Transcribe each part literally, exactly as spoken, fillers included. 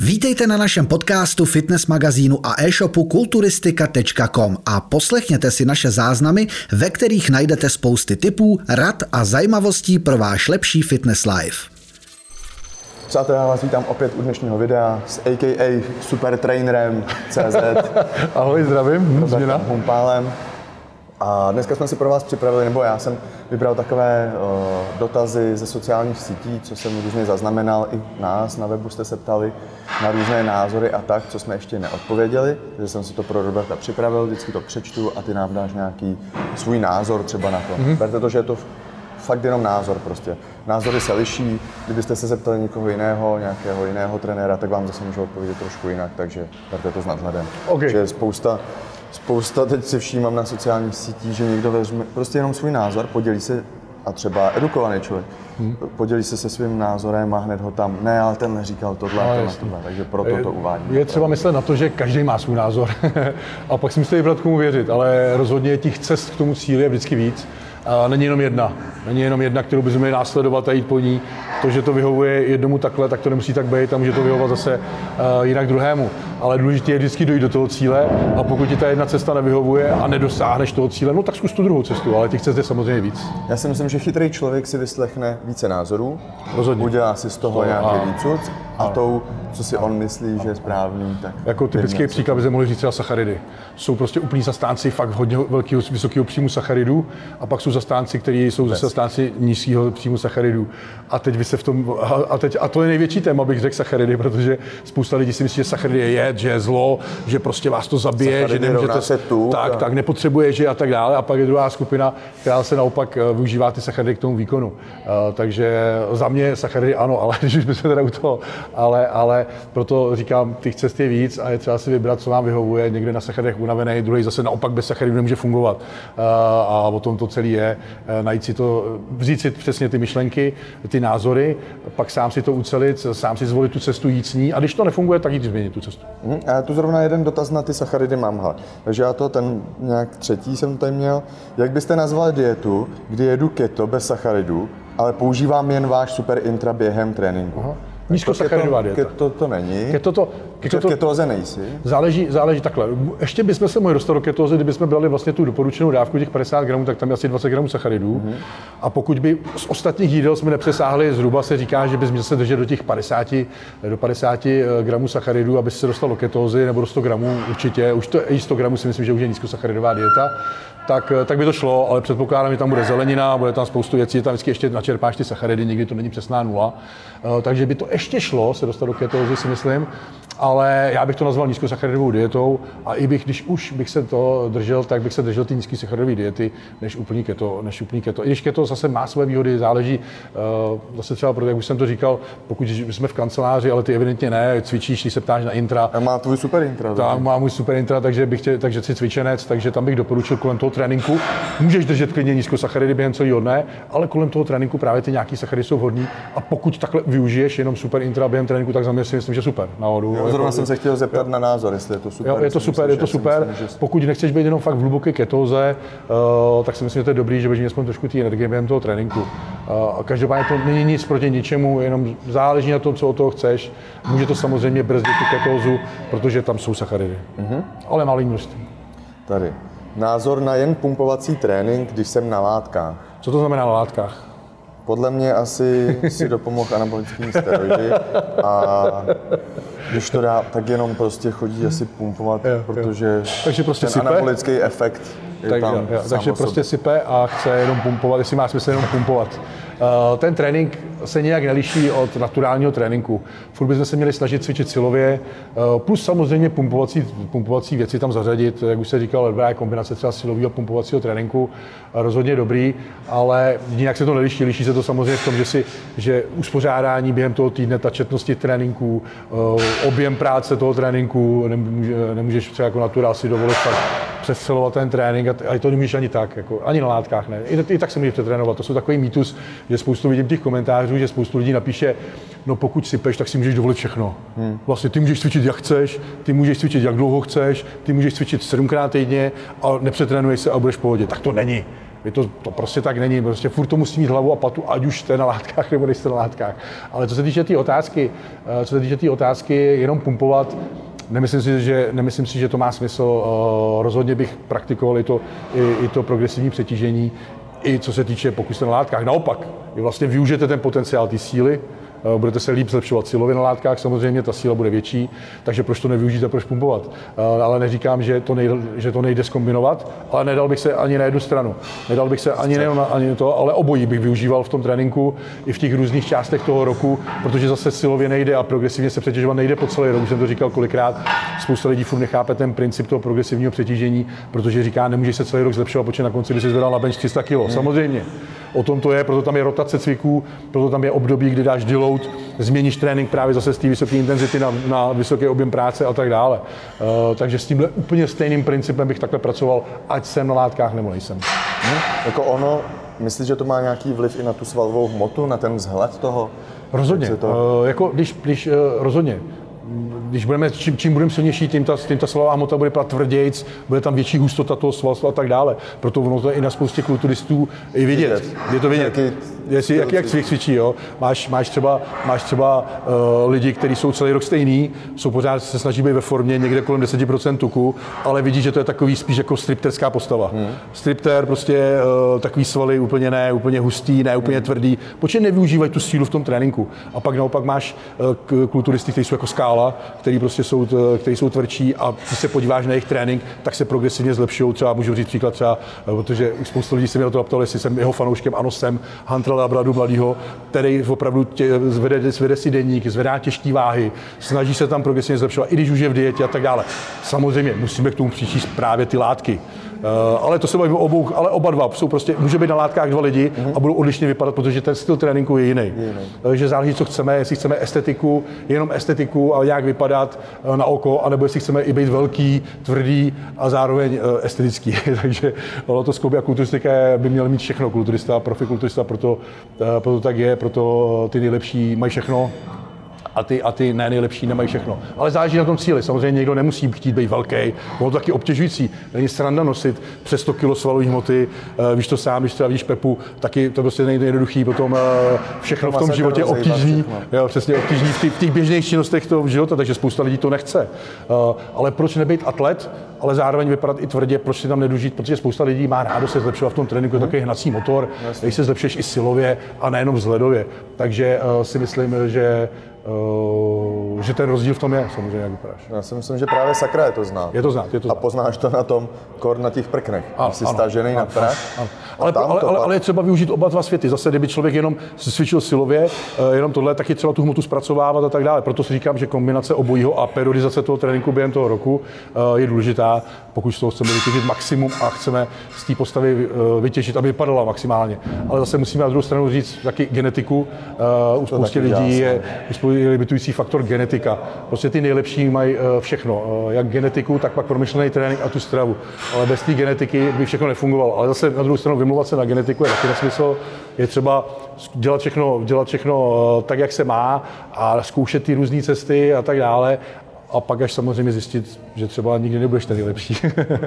Vítejte na našem podcastu, fitness magazínu a e-shopu kulturistika tečka com a poslechněte si naše záznamy, ve kterých najdete spousty tipů, rad a zajímavostí pro váš lepší fitness life. Přátelé, já vás vítám opět u dnešního videa s a ká a supertrainerem tečka cé zet. Ahoj, zdravím, Robertem Humpálem. A dneska jsme si pro vás připravili, nebo já jsem vybral takové uh, dotazy ze sociálních sítí, co jsem různě zaznamenal, i nás na webu jste se ptali na různé názory a tak, co jsme ještě neodpověděli. Takže jsem si to pro Roberta připravil, vždycky to přečtu a ty nám dáš nějaký svůj názor třeba na to. Mm-hmm. Berte to, že je to fakt jenom názor prostě. Názory se liší, kdybyste se zeptali někoho jiného, nějakého jiného trenéra, tak vám zase můžu odpovědět trošku jinak, takže berte to s nadhledem. Okay. Že je spousta Spousta, teď si všímám na sociálních sítích, že někdo vezme prostě jenom svůj názor, podělí se, a třeba edukovaný člověk, hmm. podělí se se svým názorem a hned ho tam, ne, ale ten neříkal tohle a tohle, tohle, takže proto to uvádím. Je třeba myslet na to, že každý má svůj názor a pak si musíte vybrat, komu věřit, ale rozhodně těch cest k tomu cíli je vždycky víc. A není jenom jedna. Není jenom jedna, kterou bychom měli následovat a jít po ní. To, že to vyhovuje jednomu takhle, tak to nemusí tak být a může to vyhovovat zase uh, jinak druhému. Ale důležité je vždycky dojít do toho cíle a pokud ti ta jedna cesta nevyhovuje a nedosáhneš toho cíle, no tak zkus tu druhou cestu, ale těch cest je samozřejmě víc. Já si myslím, že chytrý člověk si vyslechne více názorů, rozhodně. Udělá si z toho to, nějaký a... výcud a tou, co si on myslí, že je správný, tak... Jako typický příklad bychom mohli říct třeba sacharidy. Jsou prostě úplní zastánci fakt hodně velkého, vysokého příjmu sacharidů a pak jsou zastánci, kteří jsou zase zastánci nízkého příjmu sacharidů. A teď vy se v tom, a, teď, a to je největší téma, bych řekl, sacharidy, protože spousta lidí si myslí, že sacharidy je jed, že je zlo, že prostě vás to zabije, sacharidy že nemůžete se tu, tak, a... tak nepotřebuje, že a tak dále. A pak je druhá skupina, která se naopak využívá ty sacharidy k tomu výkonu. Uh, takže za mě sacharidy ano, ale když už bychom teda u toho, ale, ale proto říkám, těch cest je víc a je třeba si vybrat, co vám vyhovuje. Někde na sacharidech unavený, druhý zase naopak bez sacharidů nemůže fungovat. Uh, a o tom to celé je. Uh, najít si to, vzít si přesně ty myšlenky, ty názory, pak sám si to ucelit, sám si zvolit tu cestu, jít s ní a když to nefunguje, tak jít změnit tu cestu. Hmm, a já tu zrovna jeden dotaz na ty sacharidy mám. Hele. Takže já to ten nějak třetí jsem tady měl. Jak byste nazvali dietu, kdy jedu keto bez sacharidů, ale používám jen váš super intra během tréninku? Aha. Nízkosacharidová dieta. Keto to není. Keto to, keto to, ketóze nejsi. Záleží, záleží takhle. Ještě bychom se mohli dostat do ketózy, kdybychom brali vlastně tu doporučenou dávku těch padesát gramů, tak tam je asi dvacet gramů sacharidů. Mm-hmm. A pokud by z ostatních jídel jsme nepřesáhli, zhruba se říká, že bys měl se držet do těch padesáti, do padesáti gramů sacharidů, aby se dostal do ketózy, nebo do sto gramů určitě. Už to i sto gramů si myslím, že už je nízkosacharidová dieta. Tak, tak by to šlo, ale předpokládám, že tam bude zelenina, bude tam spoustu věcí, tam vždycky ještě načerpáš ty sacharidy, nikdy to není přesná nula. Takže by to ještě šlo se dostat do ketózy, si myslím, ale já bych to nazval nízkosacharidovou dietou a i bych, když už bych se to držel, tak bych se držel ty nízkosacharidové diety, než úplný keto, než úplný keto. I když keto zase má své výhody, záleží, zase třeba, protože jak už jsem to říkal, pokud jsme v kanceláři, ale ty evidentně ne, cvičíš, když se ptáš na intra. A má tvůj super intra. Tak, má můj super intra, takže bych tě, takže jsi cvičenec, takže tam bych doporučil kolem toho tréninku. Můžeš držet klidně nízkosacharidy během celého dne, ale kolem toho tréninku právě ty nějaký sacharidy jsou vhodný a pokud takhle využiješ jenom super intra během tréninku, tak za mě si myslím, že super. Náhodou. Jo, zrovna jsem se chtěl zeptat jo. na názor, jestli je to super. Jo, je to super, je to super. Myslím, že... Pokud nechceš být jenom fakt v hluboké ketóze, uh, tak si myslím, že to je dobrý, že budeš aspoň trošku té energie během toho tréninku. Uh, a každopádně to není nic proti ničemu, jenom záleží na tom, co od toho chceš. Může to samozřejmě brzdit tu ketózu, protože tam jsou sacharidy. Mm-hmm. Ale malý množství. Tady. Názor na jen pumpovací trénink, když jsem na látkách. Co to znamená na látkách? Podle mě asi si dopomohl anabolickými steroidy a když to dá, tak jenom prostě chodí asi pumpovat, jo, protože jo. Takže prostě ten sype. Anabolický efekt je tak, tam jo, jo. Takže prostě sype a chce jenom pumpovat, jestli má smysl jenom pumpovat. Ten trénink se nějak neliší od naturálního tréninku. Furt bychom se měli snažit cvičit silově, plus samozřejmě pumpovací, pumpovací věci tam zařadit, jak už se říkal, dobrá kombinace třeba silového a pumpovacího tréninku, rozhodně dobrý, ale jinak se to neliší. Liší se to samozřejmě v tom, že, si, že uspořádání během toho týdne, ta četnosti tréninků, objem práce toho tréninku, nemůže, nemůžeš třeba jako naturál si dovolit tak přesilovat ten trénink a to nemůžeš ani tak, jako, ani na látkách ne. I, i tak se můžeš přetrénovat. To jsou takový mýtus, že spoustu vidím těch komentářů, že spoustu lidí napíše, no pokud sypeš, tak si můžeš dovolit všechno. Hmm. Vlastně ty můžeš cvičit jak chceš, ty můžeš cvičit jak dlouho chceš, ty můžeš cvičit sedmkrát týdně a nepřetrénuješ se a budeš v pohodě. Tak to není. To, to prostě tak není, prostě furt to musí mít hlavu a patu, ať už jste na látkách nebo nejste na látkách. Ale co se týče té tý otázky, co se týče té tý otázky, jenom pumpovat, nemyslím si, že, nemyslím si, že to má smysl. Rozhodně bych praktikoval i to, i, i to progresivní přetížení, i co se týče, pokud jste na látkách. Naopak, vy vlastně využijete ten potenciál té síly, budete se líp zlepšovat silově na látkách, samozřejmě ta síla bude větší, takže proč to nevyužít a proč pumpovat. Ale neříkám, že to nejde, že to nejde zkombinovat, ale nedal bych se ani na jednu stranu. Nedal bych se ani nejen na ani to, ale obojí bych využíval v tom tréninku i v těch různých částech toho roku, protože zase silově nejde a progresivně se přetěžovat nejde po celý rok. Už jsem to říkal kolikrát. Spousta lidí furt nechápe ten princip toho progresivního přetížení, protože říká, nemůžeš se celý rok zlepšovat, protože na konci by si zvedal na bench tři sta kilo. Hmm. Samozřejmě. O tom to je, proto tam je rotace cviků, proto tam je období, kdy dáš deload, změníš trénink právě zase z té vysoké intenzity na, na vysoký objem práce a tak dále. Uh, takže s tímhle úplně stejným principem bych takhle pracoval, ať jsem na látkách nebo nejsem. Hmm. Jako ono, myslíš, že to má nějaký vliv i na tu svalovou hmotu, na ten vzhled toho? Rozhodně, to... uh, jako když, když uh, rozhodně. Když budeme, čím, čím budeme silnější, tím ta, tím ta svalová hmota bude vypadat tvrdějc, bude tam větší hustota toho svalstva a tak dále. Proto ono to je i na spoustě kulturistů i vidět. Je to vidět. Jestli, jak, jak cvik cvičí, jo. Máš, máš třeba, máš třeba uh, lidi, kteří jsou celý rok stejný, jsou pořád se snaží být ve formě někde kolem deset procent tuku, ale vidí, že to je takový spíš jako stripterská postava. Hmm. Stripter, prostě uh, takový svaly úplně ne, úplně hustý, ne úplně hmm. tvrdý, protože nevyužívají tu sílu v tom tréninku. A pak naopak máš uh, kulturisty, kteří jsou jako skála, který prostě jsou, který jsou tvrdší a když se podíváš na jejich trénink, tak se progresivně zlepšují. Třeba můžu říct příklad třeba, protože už spousta lidí se mě o to ptalo, jestli jsem jeho fanouškem, ano jsem, Huntera Labradu mladýho, který opravdu tě, zvede, zvede si deník, zvedá těžké váhy, snaží se tam progresivně zlepšovat, i když už je v dietě a tak dále. Samozřejmě musíme k tomu přičíst právě ty látky. Uh, ale to se bavíme obou, ale oba dva jsou prostě, může být na látkách dva lidi mm-hmm. a budou odlišně vypadat, protože ten styl tréninku je jiný. Takže záleží, co chceme, jestli chceme estetiku, jenom estetiku, ale nějak vypadat uh, na oko, anebo jestli chceme i být velký, tvrdý a zároveň uh, estetický. Takže uh, to skloubí a kulturistika by měl mít všechno, kulturista, profikulturista, proto, uh, proto tak je, proto ty nejlepší mají všechno. A ty, a ty ne nejlepší nemají všechno. Ale záleží na tom cíli. Samozřejmě někdo nemusí chtít být velký, ono to taky obtěžující. Není sranda nosit přes sto kilo svalové hmoty, uh, víš to sám, když třeba vidíš Pepu, taky to prostě nejde jednoduchý, potom uh, všechno v tom životě je obtížný, jo, přesně obtížný v, v těch běžných činnostech toho života, takže spousta lidí to nechce. Uh, ale proč nebejt atlet, ale zároveň vypadat i tvrdě, proč si tam nedožít, protože spousta lidí má rádo se zlepšovat v tom tréninku, hmm. takový hnací motor, když se zlepšeš i silově a nejenom vzhledově. Takže uh, si myslím, že Uh, že ten rozdíl v tom je, samozřejmě, jak vypadáš. Já si myslím, že právě sakra je to znát. Je to znát, je to znát. A poznáš to na tom kor na těch prknech. A, jsi stažený na prach. Ale, ale, ale, ale je třeba využít oba dva světy. Zase, kdyby člověk jenom cvičil silově, jenom tohle, taky třeba tu hmotu zpracovávat a tak dále. Proto si říkám, že kombinace obojího a periodizace toho tréninku během toho roku je důležitá, pokud z toho chceme vytěžit maximum a chceme z té postavy vytěžit, aby vypadala maximálně. Ale zase musíme na druhou stranu říct taky genetiku. U spousty lidí je limitující faktor genetika. Prostě ty nejlepší mají všechno, jak genetiku, tak pak promyšlený trénink a tu stravu. Ale bez té genetiky by všechno nefungovalo. Ale zase na druhou stranu vymlouvat se na genetiku je taky nesmysl. Je třeba dělat všechno, dělat všechno tak, jak se má a zkoušet ty různé cesty a tak dále. A pak až samozřejmě zjistit, že třeba nikdy nebudeš ten nejlepší.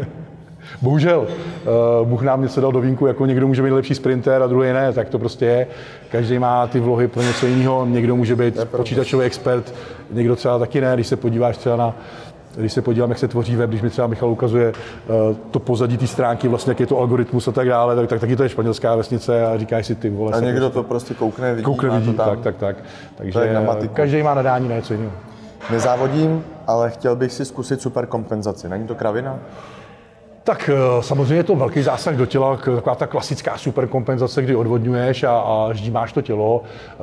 Bohužel, uh, Bůh nám něco dal do vínku, jako někdo může být lepší sprinter a druhý ne, tak to prostě je. Každý má ty vlohy pro něco jiného, někdo může být počítačový expert, někdo třeba taky ne, když se podíváš třeba na Když se podívám, jak se tvoří web, když mi třeba Michal ukazuje uh, to pozadí té stránky, vlastně jak je to algoritmus a tak dále, tak, tak taky to je španělská vesnice a říkáš si ty vole. A někdo prostě, to prostě koukne, vidí, koukne, vidí, to tam. tak, tak, tak. Takže každý má nadání na něco jiného. Nezávodím, ale chtěl bych si zkusit super kompenzaci. Není to kravina? Tak samozřejmě je to velký zásah do těla, taková ta klasická superkompenzace, kdy odvodňuješ a, a ždímáš to tělo.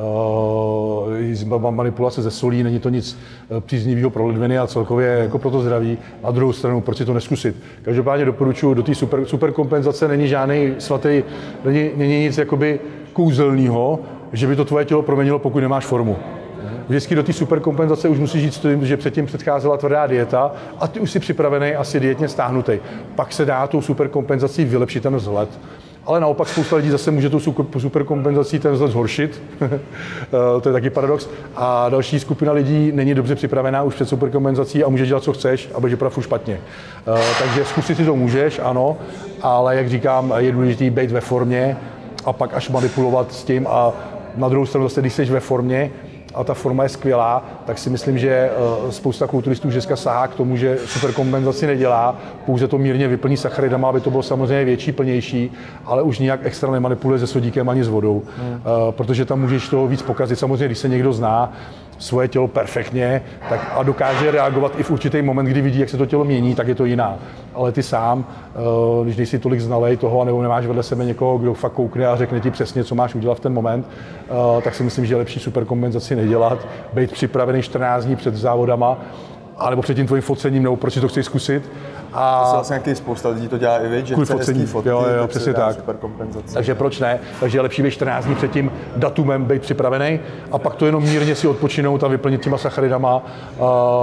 E, manipulace ze solí, není to nic příznivého pro ledviny a celkově jako pro to zdraví. Na druhou stranu, proč si to neskusit? Každopádně doporučuji, do té super, superkompenzace není žádný svatý, není, není nic jakoby kouzelného, že by to tvoje tělo proměnilo, pokud nemáš formu. Vždycky do té superkompenzace už musíš říct, že předtím předcházela tvrdá dieta a ty už jsi připravený asi dietně stáhnutý. Pak se dá tou superkompenzací vylepšit ten vzhled. Ale naopak spousta lidí zase může tu superkompenzací ten vzhled zhoršit. To je taky paradox. A další skupina lidí není dobře připravená už před superkompenzací a může dělat, co chceš, a bude furt špatně. Takže zkusit si to můžeš, ano, ale jak říkám, je důležité být ve formě a pak až manipulovat s tím. A na druhou stranu zase, když jsi ve formě, a ta forma je skvělá, tak si myslím, že spousta kulturistů už dneska sahá k tomu, že superkompenzaci nedělá, pouze to mírně vyplní sacharidama, aby to bylo samozřejmě větší, plnější, ale už nijak extra nemanipuluje se sodíkem ani s vodou, hmm. protože tam můžeš toho víc pokazit. Samozřejmě, když se někdo zná svoje tělo perfektně, tak a dokáže reagovat i v určitý moment, kdy vidí, jak se to tělo mění, tak je to jiná. Ale ty sám, když nejsi tolik znalej toho, nebo nemáš vedle sebe někoho, kdo fakt koukne a řekne ti přesně, co máš udělat v ten moment, tak si myslím, že je lepší superkompenzaci nedělat, být připravený čtrnáct dní před závodama, anebo před tím tvojím focením, nebo proč si to chceš zkusit. A to se vlastně nějaký spousta lidí to dělá i víc, že chce hezký fotky, jo, jo, přesně tak. Takže proč ne? Takže je lepší být čtrnáct dní před tím datumem být připravený a pak to jenom mírně si odpočinout a vyplnit těma sacharidama a,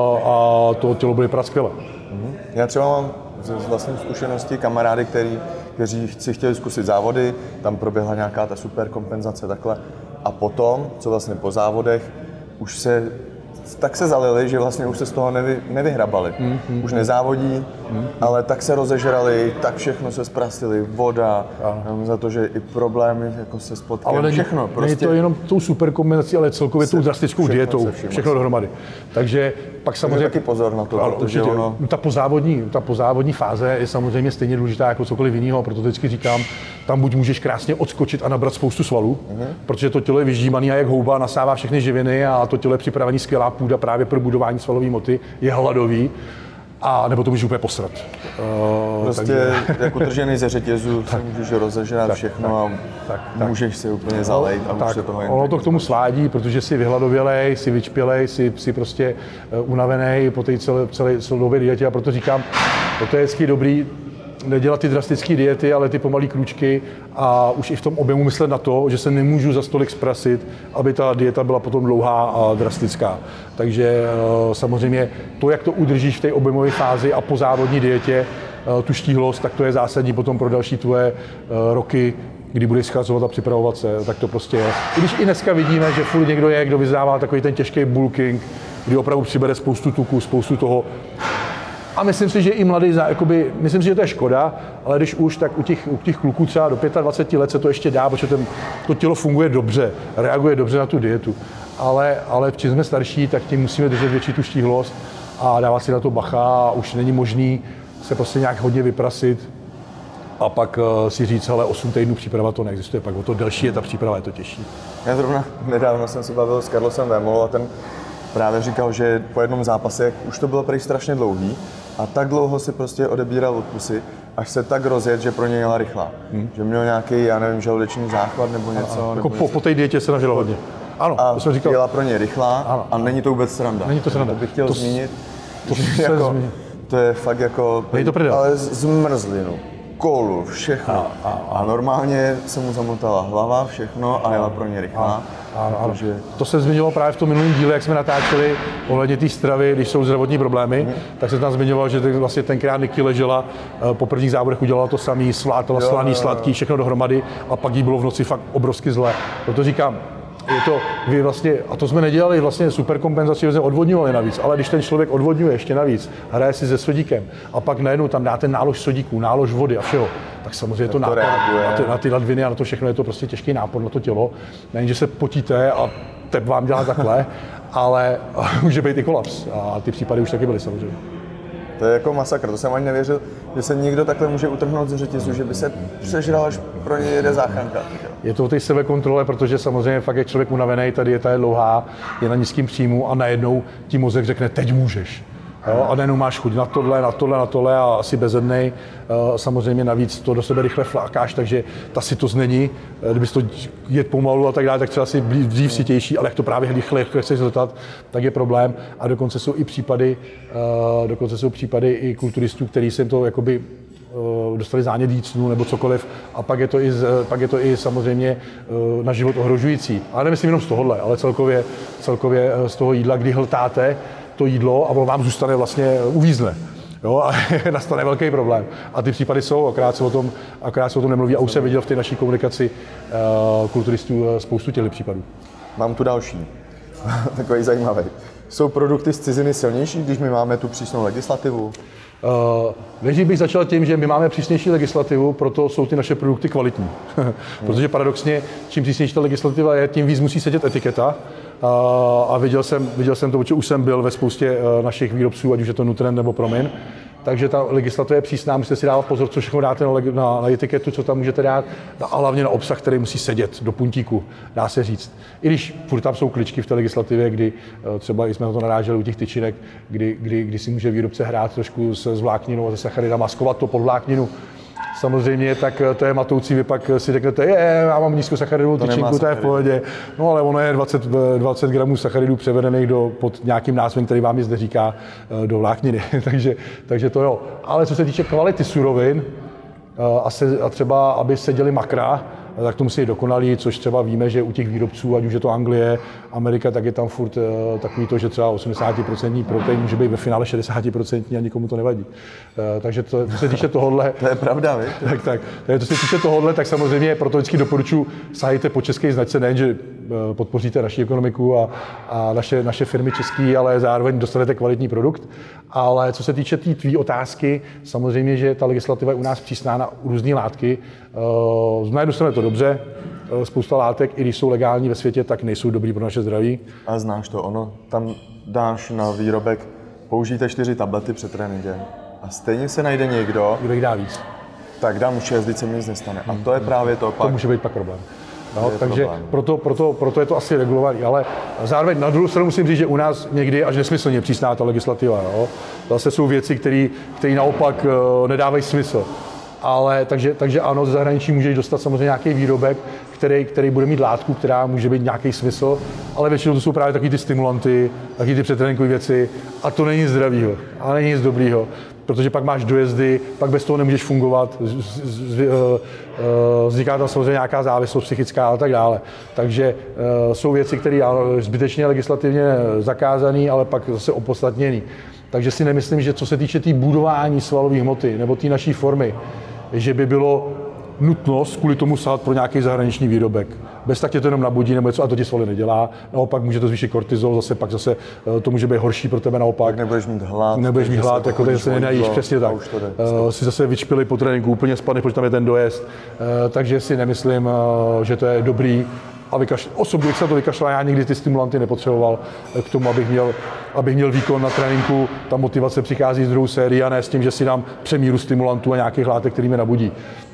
a to tělo bude vypadat skvěle. Mhm. Já třeba mám z vlastní zkušenosti kamarády, který, kteří si chtěli zkusit závody, tam proběhla nějaká ta superkompenzace takhle a potom, co vlastně po závodech, už se tak se zalili, že vlastně už se z toho nevy, nevyhrabali. Mm, mm, už nezávodí, mm, ale tak se rozežrali, tak všechno se zprastili, voda, mm. za to, že i problémy jako se spotkají, ale všechno. Prostě. Není to jenom tou superkombinací, ale celkově tou drastickou všechno, dietou, všechno, všechno dohromady. Takže pak samozřejmě... taky pozor na to, ale protože určitě, ono... Ta pozávodní, ta pozávodní fáze je samozřejmě stejně důležitá jako cokoliv jiného, proto vždycky říkám, tam buď můžeš krásně odskočit a nabrat spoustu svalů, mm. protože to tělo je vyždímané a jak houba nasává všechny živiny a to tělo je připravené skvělá půda právě pro budování svalové moty, je hladový, a nebo to můžeš úplně posrat. Uh, prostě takže... jak utržený ze řetězu si můžeš rozežrat tak, všechno tak, a tak, můžeš tak. si úplně zalejt a tak, už se toho jen... Ono to k tomu svádí, protože jsi vyhladovělej, jsi vyčpělej, jsi, jsi prostě unavený po té celé, celé, celé dietě a proto říkám, toto je hezky dobrý, nedělat ty drastické diety, ale ty pomalé krůčky a už i v tom objemu myslet na to, že se nemůžu za stolik zprasit, aby ta dieta byla potom dlouhá a drastická. Takže samozřejmě to, jak to udržíš v té objemové fázi a po závodní dietě, tu štíhlost, tak to je zásadní potom pro další tvoje roky, kdy budeš schazovat a připravovat se, tak to prostě je. I když i dneska vidíme, že furt někdo je, kdo vyznává takový ten těžký bulking, kdy opravdu přibere spoustu tuku, spoustu toho. A myslím si, že i mladý, jakoby, myslím si, že to je škoda, ale když už, tak u těch, u těch kluků třeba do dvacet pět let se to ještě dá, protože ten, to tělo funguje dobře, reaguje dobře na tu dietu. Ale, ale čím jsme starší, tak tím musíme držet větší tu štíhlost a dávat si na to bacha a už není možný se prostě nějak hodně vyprasit a pak uh, si říct, ale osm týdnů příprava to neexistuje, pak o to delší je ta příprava, je to těžší. Já zrovna nedávno jsem se bavil s Carlosem Vémolou a ten právě říkal, že po jednom zápase už to bylo prý strašně dlouhý a tak dlouho si prostě odebíral odkusy, až se tak rozjet, že pro něj jela rychlá. Hmm. Že měl nějaký, já nevím, žaludeční záchvat nebo něco. A, a, nebo jako po, po té dietě se nažilo hodně. Ano, a to jsem říkal. Jela pro něj rychlá ano. A není to vůbec sranda. Není to sranda. To bych chtěl to zmínit. To, to, jako, to je fakt jako, není to prdel. Ale zmrzlinu, kolu, všechno. A, a, a. a normálně se mu zamotala hlava, všechno a jela pro něj rychlá. Ano, ano. Takže... To se zmiňovalo právě v tom minulém díle, jak jsme natáčeli ohledně té stravy, když jsou zdravotní problémy, mm. tak se tam zmiňoval, že vlastně tenkrát Niky ležela, po prvních závodech udělala to samý, svlátala slaný, sladký, všechno dohromady a pak jí bylo v noci fakt obrovsky zle. Proto říkám, je to, vy vlastně, a to jsme nedělali vlastně superkompenzaci, jsme odvodňovali navíc, ale když ten člověk odvodňuje ještě navíc, hraje si se sodíkem a pak najednou tam dáte nálož sodíků, nálož vody a všeho, tak samozřejmě tak je to, to nápor na ty, na ty ledviny a na to všechno je to prostě těžký nápor na to tělo. Nejen, že se potíte a tep vám dělá takhle, ale může být i kolaps a ty případy už taky byly samozřejmě. To je jako masakr, to jsem ani nevěřil, že se někdo takhle může utrhnout ze řetězu, že by se přežral, až pro něj jede záchranka. Je to o té sebekontrole, protože samozřejmě fakt je člověk unavený, ta dieta je dlouhá, je na nízkém příjmu a najednou ti mozek řekne, teď můžeš. Jo? A najednou máš chuť na tohle, na tohle, na tohle a asi bezednej. Samozřejmě navíc to do sebe rychle flákáš, takže ta sytost není. Kdybys to jet pomalu a tak dále, tak třeba si dřív sytější, ale jak to právě rychle, rychle chceš zletat, tak je problém. A dokonce jsou i případy, dokonce jsou případy i kulturistů, kteří se to jakoby dostali zánět jícnu nebo cokoliv a pak je to i, pak je to i samozřejmě na život ohrožující. Ale nemyslím jenom z tohohle, ale celkově, celkově z toho jídla, kdy hltáte to jídlo a ono vám zůstane vlastně uvízne. Jo, a nastane velký problém. A ty případy jsou, akorát se o tom, akorát se o tom nemluví a už jsem viděl v té naší komunikaci uh, kulturistů uh, spoustu těch případů. Mám tu další, takový zajímavý. Jsou produkty z ciziny silnější, když my máme tu přísnou legislativu? Uh, nejdřív bych začal tím, že my máme přísnější legislativu, proto jsou ty naše produkty kvalitní. Protože paradoxně, čím přísnější ta legislativa je, tím víc musí sedět etiketa. Uh, a viděl jsem, viděl jsem to, protože už jsem byl ve spoustě uh, našich výrobců, ať už je to Nutrend nebo Promin. Takže ta legislativa je přísná, musíte si dávat pozor, co všechno dáte na, na, na etiketu, co tam můžete dát, a hlavně na obsah, který musí sedět do puntíku, dá se říct. I když furt tam jsou kličky v té legislativě, kdy třeba jsme na to naráželi u těch tyčinek, kdy, kdy, kdy si může výrobce hrát trošku se s vlákninou a se sacharidama, maskovat to pod vlákninu. Samozřejmě, tak to je matoucí, vy pak si řeknete, je, já mám nízkosacharidovou tyčinku, to je v pohodě. No ale ono je dvacet, dvacet gramů sacharidů převedených do, pod nějakým názvem, který vám nic neříká, do vlákniny. takže, takže to jo. Ale co se týče kvality surovin a, se, a třeba, aby seděly makra, tak to musí být dokonalý, což třeba víme, že u těch výrobců, ať už je to Anglie, Amerika, tak je tam furt uh, takový to, že třeba osmdesát procent protein může být ve finále šedesát procent a nikomu to nevadí. Uh, takže to, to se týče tohohle... To je pravda, víš? Tak, tak. Takže to se týče tohohle, tak samozřejmě proto vždycky doporučuji, sahejte po české značce, nejen, že uh, podpoříte naši ekonomiku a, a naše, naše firmy české, ale zároveň dostanete kvalitní produkt. Ale co se týče té tvý otázky, samozřejmě, že ta legislativa je u nás přísná na různé látky. Uh, na jednu stranu je to dobře, spousta látek, i když jsou legální ve světě, tak nejsou dobrý pro naše zdraví. A znáš to, ono, tam dáš na výrobek, použijte čtyři tablety před tréninkem a stejně se najde někdo, kdo jich dá víc. Tak dám šest, když se mi nic nestane. A to je právě to pak. To může být pak problém. No, takže proto, proto, proto je to asi regulovaný, ale zároveň na druhou stranu musím říct, že u nás někdy až nesmyslně přísná ta legislativa. Jo? Zase jsou věci, které naopak uh, nedávají smysl. Ale takže, takže ano, ze zahraničí můžeš dostat samozřejmě nějaký výrobek, který, který bude mít látku, která může být nějaký smysl, ale většinou to jsou právě takový ty stimulanty, takový ty předtréninkové věci a to není zdravýho, a není nic dobrýho, protože pak máš dojezdy, pak bez toho nemůžeš fungovat, z, z, z, uh, uh, vzniká tam samozřejmě nějaká závislost psychická a tak dále. Takže uh, jsou věci, které jsou zbytečně legislativně zakázané, ale pak zase opodstatněné. Takže si nemyslím, že co se týče té tý budování svalové hmoty nebo té naší formy, že by bylo nutnost kvůli tomu sahat pro nějaký zahraniční výrobek. Bez tak tě to jenom nabudí nebo něco a to ti svaly nedělá. Naopak může to zvýšit kortizol, zase pak zase to může být horší pro tebe naopak. Tak nebudeš mít hlad. Nebudeš mít hlad, jako teď se nenajíš, přesně tak. Uh, si zase vyčpili po tréninku, úplně spadneš, protože tam je ten dojezd. Uh, takže si nemyslím, uh, že to je dobrý. A vykašl... Osobně bych se to vykašlal, já nikdy ty stimulanty nepotřeboval k tomu, abych měl, abych měl výkon na tréninku. Ta motivace přichází z druhou sérii a ne s tím, že si dám přemíru stimulantů a nějakých látek, který mě nabudí.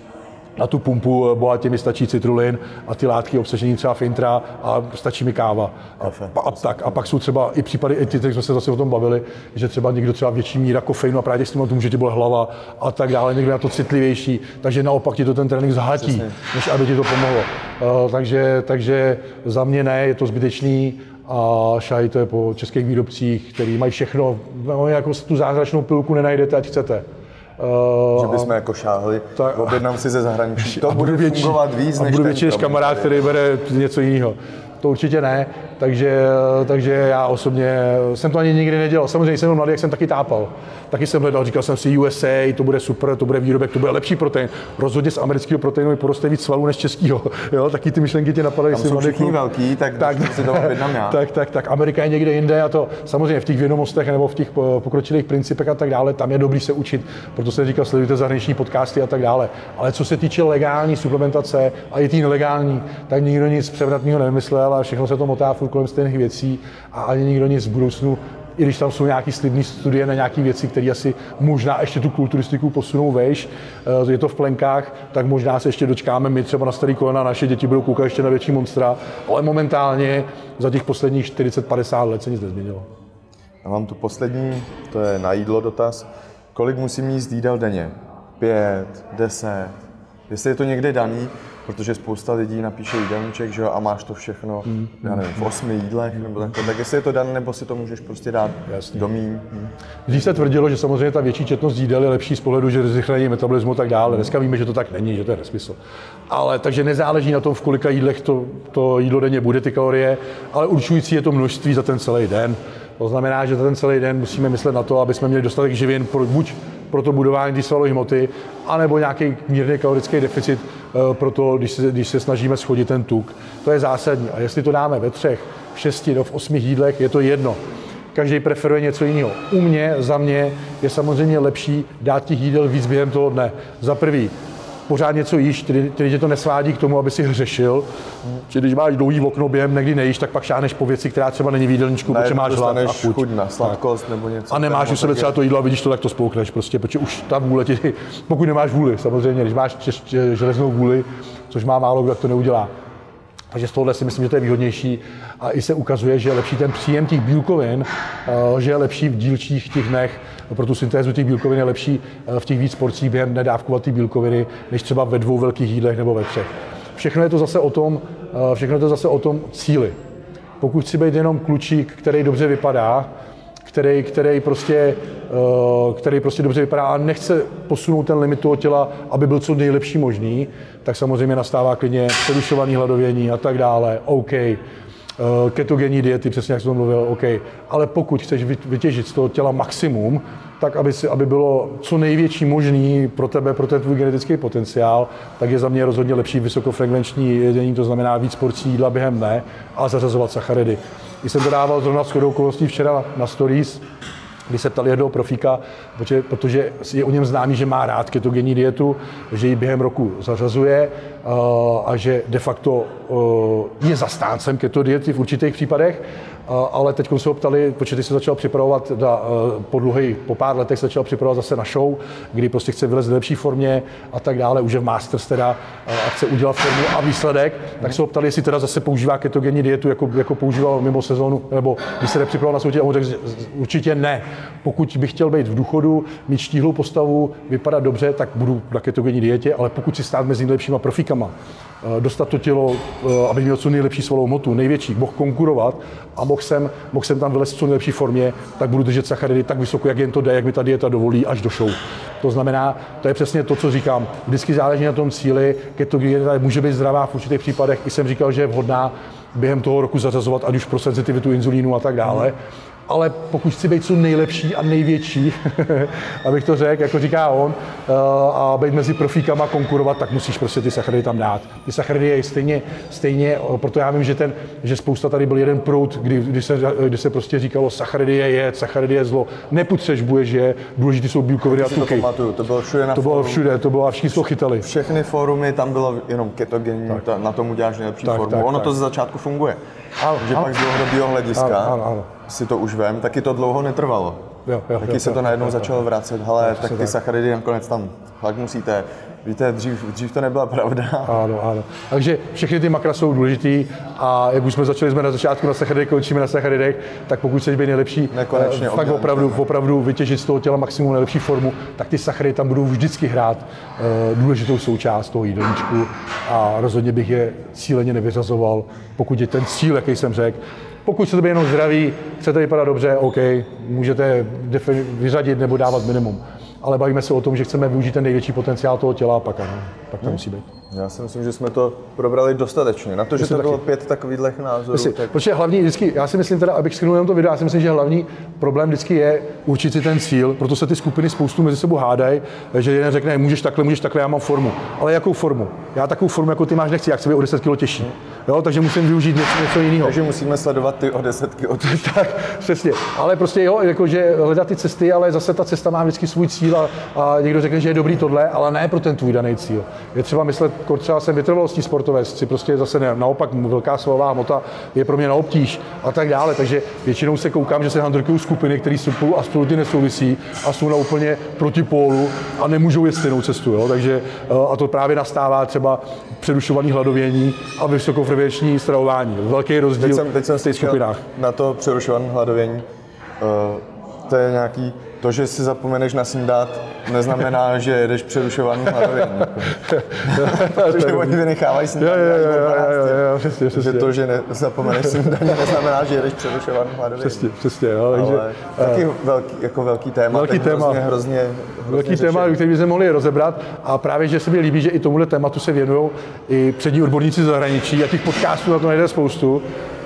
Na tu pumpu bohatě mi stačí citrulin a ty látky obsažené třeba v intra a stačí mi káva. A, a, tak, a pak jsou třeba i případy, i ty, jsme se zase o tom bavili, že třeba někdo třeba větší míra kofeinu a právě těch stimulantů může ti bolet hlava a tak dále, někdo je na to citlivější, takže naopak ti to ten trénink zhatí, přesně, než aby ti to pomohlo. Uh, takže, takže za mě ne, je to zbytečný. A šahejte po českých výrobcích, který mají všechno, no, jako tu zázračnou pilku nenajdete, ať chcete. Uh, že bychom jako šáhli, objednám si ze zahraničí. To bude větší, fungovat víc, a než budu větší než kamarád, který bere něco jiného. To určitě ne, takže, takže já osobně jsem to ani nikdy nedělal. Samozřejmě jsem byl mladý, jak jsem taky tápal. Taky jsem hledal, říkal jsem si U S A, to bude super, to bude výrobek, to bude lepší protein. Rozhodně z amerického proteinu mi poroste víc svalů než českého. Jo, taky ty myšlenky tě napadají. Tam jsou všichni velký, tak, tak si to objednám já. Tak, tak, tak. Amerika je někde jinde a to samozřejmě v těch vědomostech nebo v těch pokročilých principech a tak dále, tam je dobrý se učit. Proto jsem říkal, sledujte zahraniční podcasty a tak dále. Ale co se týče legální suplementace a i té nelegální, tak nikdo nic převratného nevymyslel a všechno se to motá furt kolem stejných věcí a ani nikdo nic v budoucnu, i když tam jsou nějaké slibné studie na nějaké věci, které asi možná ještě tu kulturistiku posunou vejš, je to v plenkách, tak možná se ještě dočkáme my třeba na starý kolena, naše děti budou koukat ještě na větší monstra, ale momentálně za těch posledních čtyřicet padesát let se nic nezměnilo. Já mám tu poslední, to je na jídlo dotaz. Kolik musím jíst jídel denně? Pět, deset? Jestli je to někde daný, protože spousta lidí napíše jídelníček, že jo, a máš to všechno, mm, já nevím, v osmi jídlech, nebo takhle. Tak jestli je to dané, nebo si to můžeš prostě dát do míň. Když se tvrdilo, že samozřejmě ta větší četnost jídel je lepší z pohledu, že zrychlení metabolismu a tak dále. Dneska víme, že to tak není, že to je nesmysl. Ale takže nezáleží na tom, v kolika jídlech to, to jídlo denně bude, ty kalorie, ale určující je to množství za ten celý den. To znamená, že za ten celý den musíme myslet na to, aby jsme měli dostatek živin pro, buď pro to budování té svalové hmoty, anebo nějaký mírný kalorický deficit pro to, když se, když se snažíme schodit ten tuk. To je zásadní. A jestli to dáme ve třech, v šesti, no v osmi jídlech, je to jedno. Každý preferuje něco jiného. U mě, za mě, je samozřejmě lepší dát těch jídel víc během toho dne. Za prvý, pořád něco jíš, který, který tě to nesvádí k tomu, aby si hřešil. Či když máš dlouhý okno, během někdy nejíš, tak pak šáhneš po věci, která třeba není v jídelníčku, protože máš hlad a chuť. chuť na sladkost nebo něco. A nemáš u sebe třeba to jídlo a vidíš to, tak to spoukneš prostě, protože už ta vůle ti, pokud nemáš vůli, samozřejmě, když máš železnou vůli, což má málo kdo, tak to neudělá. Takže z tohohle si myslím, že to je výhodnější a i se ukazuje, že je lepší ten příjem těch bílkovin, že je lepší v dílčích těch dnech, pro tu syntézu těch bílkovin je lepší v těch víc porcích během nedávkovat ty bílkoviny, než třeba ve dvou velkých jídlech nebo ve třech. Všechno je to zase o tom, všechno je to zase o tom cíli. Pokud chci být jenom klučík, který dobře vypadá, který, který, prostě, který prostě dobře vypadá a nechce posunout ten limit toho těla, aby byl co nejlepší možný, tak samozřejmě nastává klidně přerušovaný hladovění a tak dále, OK. Ketogenní diety, přesně jak jsem mluvil, OK. Ale pokud chceš vytěžit z toho těla maximum, tak aby, si, aby bylo co největší možný pro tebe, pro ten tvůj genetický potenciál, tak je za mě rozhodně lepší vysokofrekvenční jedzení, to znamená víc porcí jídla během dne a zařazovat sacharidy. Když jsem to dával zrovna shodou okolností včera na stories, kdy se ptali jednoho profíka, protože, protože je o něm známý, že má rád ketogenní dietu, že ji během roku zařazuje uh, a že de facto uh, je zastáncem keto diety v určitých případech, uh, ale teď se ho ptali, protože se začal připravovat na, uh, po dlouhý, po pár letech se začal připravovat zase na show, kdy prostě chce vylézt v lepší formě a tak dále, už je v Masters teda uh, a chce udělat formu a výsledek, mm. tak se ho ptali, jestli teda zase používá ketogenní dietu, jako, jako používal mimo sezónu, nebo když se nepřipravoval na soutěž, a on řekl, určitě ne. Pokud bych chtěl být v důchodu, mít štíhlou postavu, vypadat dobře, tak budu na ketogenní dietě, ale pokud si stát mezi nejlepšíma profíkama, dostat to tělo, aby měl co nejlepší svalovou hmotu, největší, mohl konkurovat a mohl jsem, mohl jsem tam vylézt v co nejlepší formě, tak budu držet sacharidy tak vysoko, jak jen to jde, jak mi ta dieta dovolí, až do show. To znamená, to je přesně to, co říkám. Vždycky záleží na tom cíli, ketogenieta může být zdravá v určitých případech, i jsem říkal, že je vhodná během toho roku zařazovat, ať už pro senzitivitu inzulínu a tak dále. Ale pokud chci být co nejlepší a největší, abych to řekl, jako říká on, a být mezi profíkama konkurovat, tak musíš prostě ty sacharidy tam dát. Ty sacharidy je stejně, stejně, proto já vím, že, ten, že spousta tady byl jeden proud, kdy, kdy, se, kdy se prostě říkalo, sacharidy je jed, sacharidy je zlo, nepotřebuješ je, důležitý jsou bílkoviny a tuky. To, to bylo všude na To bylo všude, to bylo a všichni to chytali. Všechny fórumy, tam bylo jenom ketogenní, ta, na tom uděláš nejlepší tak, formu. Tak, ono tak. To ze začátku funguje. Ano, že ano. Pak z dlouhodobého hlediska ano, ano, ano. si to už vem, taky to dlouho netrvalo. Jo, jo, taky jo, se to najednou jo, začalo vracet, hele, tak ty tak. sacharidy nakonec tam fakt musíte. Víte, dřív, dřív to nebyla pravda. Ano, ano. Takže všechny ty makra jsou důležitý a jak už jsme začali jsme na začátku na sacharidech, končíme na sacharidech, tak pokud chceš být nejlepší, nekonečně fakt opravdu, opravdu vytěžit z toho těla maximum nejlepší formu, tak ty sacharidy tam budou vždycky hrát uh, důležitou součást toho jídelníčku a rozhodně bych je cíleně nevyřazoval, pokud je ten cíl, jaký jsem řekl. Pokud chcete být jenom zdraví, chcete vypadat dobře, OK, můžete vyřadit nebo dávat minimum. Ale bavíme se o tom, že chceme využít ten největší potenciál toho těla a pak, ano, pak to hmm. musí být. Já si myslím, že jsme to probrali dostatečně. Na to, že to taky. Bylo pět takových názorů. Myslím, tak... Protože hlavní vždycky, já si myslím teda, abych shrnul jenom to video, já si myslím, že hlavní problém vždycky je určit si ten cíl, proto se ty skupiny spoustu mezi sebou hádají, že jeden řekne, můžeš takhle, můžeš takhle, já mám formu. Ale jakou formu? Já takovou formu, jako ty máš, nechci, já chci být o deset kilo těžší. Jo, takže musím využít něco, něco jiného. Takže musíme sledovat ty o deset kilo těžší. Tak, přesně. Ale prostě jo, jakože hledat ty cesty, ale zase ta cesta má vždycky svůj cíl a, a někdo řekne, že je dobrý tohle, ale ne pro ten tvůj daný cíl. Je třeba myslet, třeba jsem vytrvalostní sportovec, si prostě zase ne, naopak velká svalová hmota je pro mě na obtíž a tak dále, takže většinou se koukám, že se handrkují skupiny, které spolu absolutně nesouvisí a jsou na úplně protipólu a nemůžou jít stejnou cestu, jo? Takže a to právě nastává třeba přerušovaný hladovění a vysokofrekvenční stravování. Velký rozdíl teď jsem, teď jsem v těch skupinách. Na to přerušované hladovění, uh, to je nějaký to, že si zapomeneš na snídat, neznamená, že jedeš přerušovaný hladovění. Protože oni vynechávají snídaní. Že to, že zapomeneš snídaní, neznamená, že jedeš přerušovaný hladovění. Přesně, přesně. Jo, takže, ale taky velký, jako velký téma. Velký téma. Hrozně, hrozně, hrozně velký téma, který bychom mohli rozebrat. A právě, že se mi líbí, že i tomuhle tématu se věnují i přední odborníci z zahraničí a těch podcastů na to najde spoustu.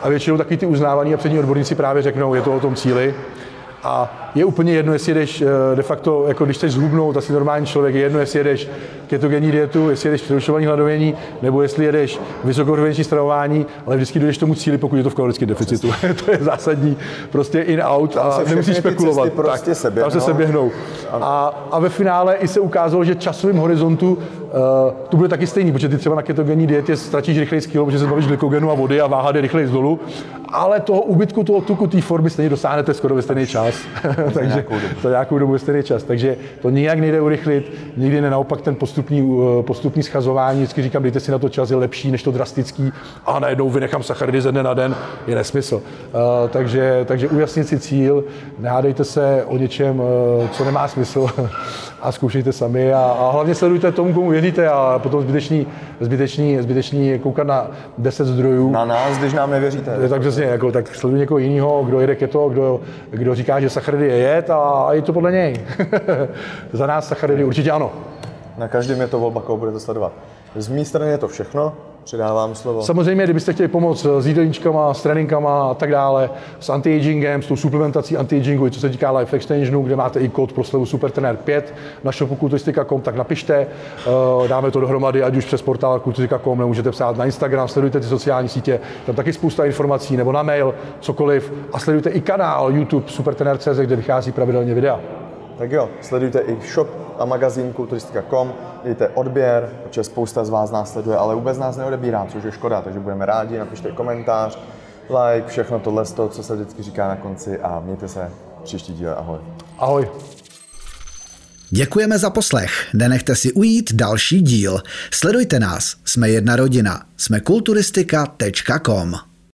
a většinou taky ty uznávaný a přední odborníci právě řeknou, je to o tom cíli. A je úplně jedno, jestli jedeš de facto, jako když chceš zhubnout, asi normální člověk, je jedno, jestli jedeš ketogenní dietu, jestli jedeš přerušovaný hladovění, nebo jestli jedeš vysokohraniční stravování, ale vždycky dojdeš tomu cíli, pokud je to v kalorickém deficitu. To je zásadní, prostě in-out a nemusíš spekulovat. Prostě tak, se tam se seběhnou. A, a ve finále i se ukázalo, že časovým horizontu uh, to bude taky stejný, protože ty třeba na ketogenní dietě ztratíš rychleji kilo, protože se zbavíš glykogenu a vody a váha jde rychleji dolů, ale toho úbytku toho tuku, té formy stejně dosáhnete skoro ve stejný čas. Takže to nějakou dobu je stejný čas. Takže to nijak nejde urychlit, nikdy ne naopak ten postupný, postupný schazování. Vždycky říkám, dejte si na to čas, je lepší než to drastický a najednou vynechám sacharidy ze dne na den, je nesmysl. Uh, takže, takže ujasnit si cíl, nehádejte se o něčem, uh, co nemá smysl a zkoušejte sami a, a hlavně sledujte tomu, komu věříte a potom zbytečný, zbytečný, zbytečný koukat na deset zdrojů. Na nás, když nám nevěříte. Je tak přesně, jako, tak sleduj někoho jiného, kdo jede keto, kdo, kdo říká, že sacharidy je jet a je to podle něj. Za nás sacharidy určitě ano. Na každém je to volba, koho budete sledovat. Z mé strany je to všechno. Předávám slovo. Samozřejmě, kdybyste chtěli pomoct s jídelníčkama, s tréninkama a tak dále, s anti-agingem, s tou suplementací anti-agingu, co se týká Life Extensionu, kde máte i kód pro slevu SuperTrenér pět na shopu kulturistika tečka com, tak napište, dáme to dohromady, ať už přes portál kulturistika tečka com, nebo můžete psát na Instagram, sledujte ty sociální sítě, tam taky spousta informací, nebo na mail, cokoliv, a sledujte i kanál YouTube SuperTrenér tečka cé zet, kde vychází pravidelně videa. Tak jo, sledujte i shop a magazín kulturistika tečka com, dejte odběr, protože spousta z vás nás sleduje, ale vůbec nás neodebírá, což je škoda, takže budeme rádi, napište komentář, like, všechno tohle, co se vždycky říká na konci a mějte se příští díle, ahoj. Ahoj. Děkujeme za poslech, nenechte si ujít další díl. Sledujte nás, jsme jedna rodina, jsme kulturistika tečka com.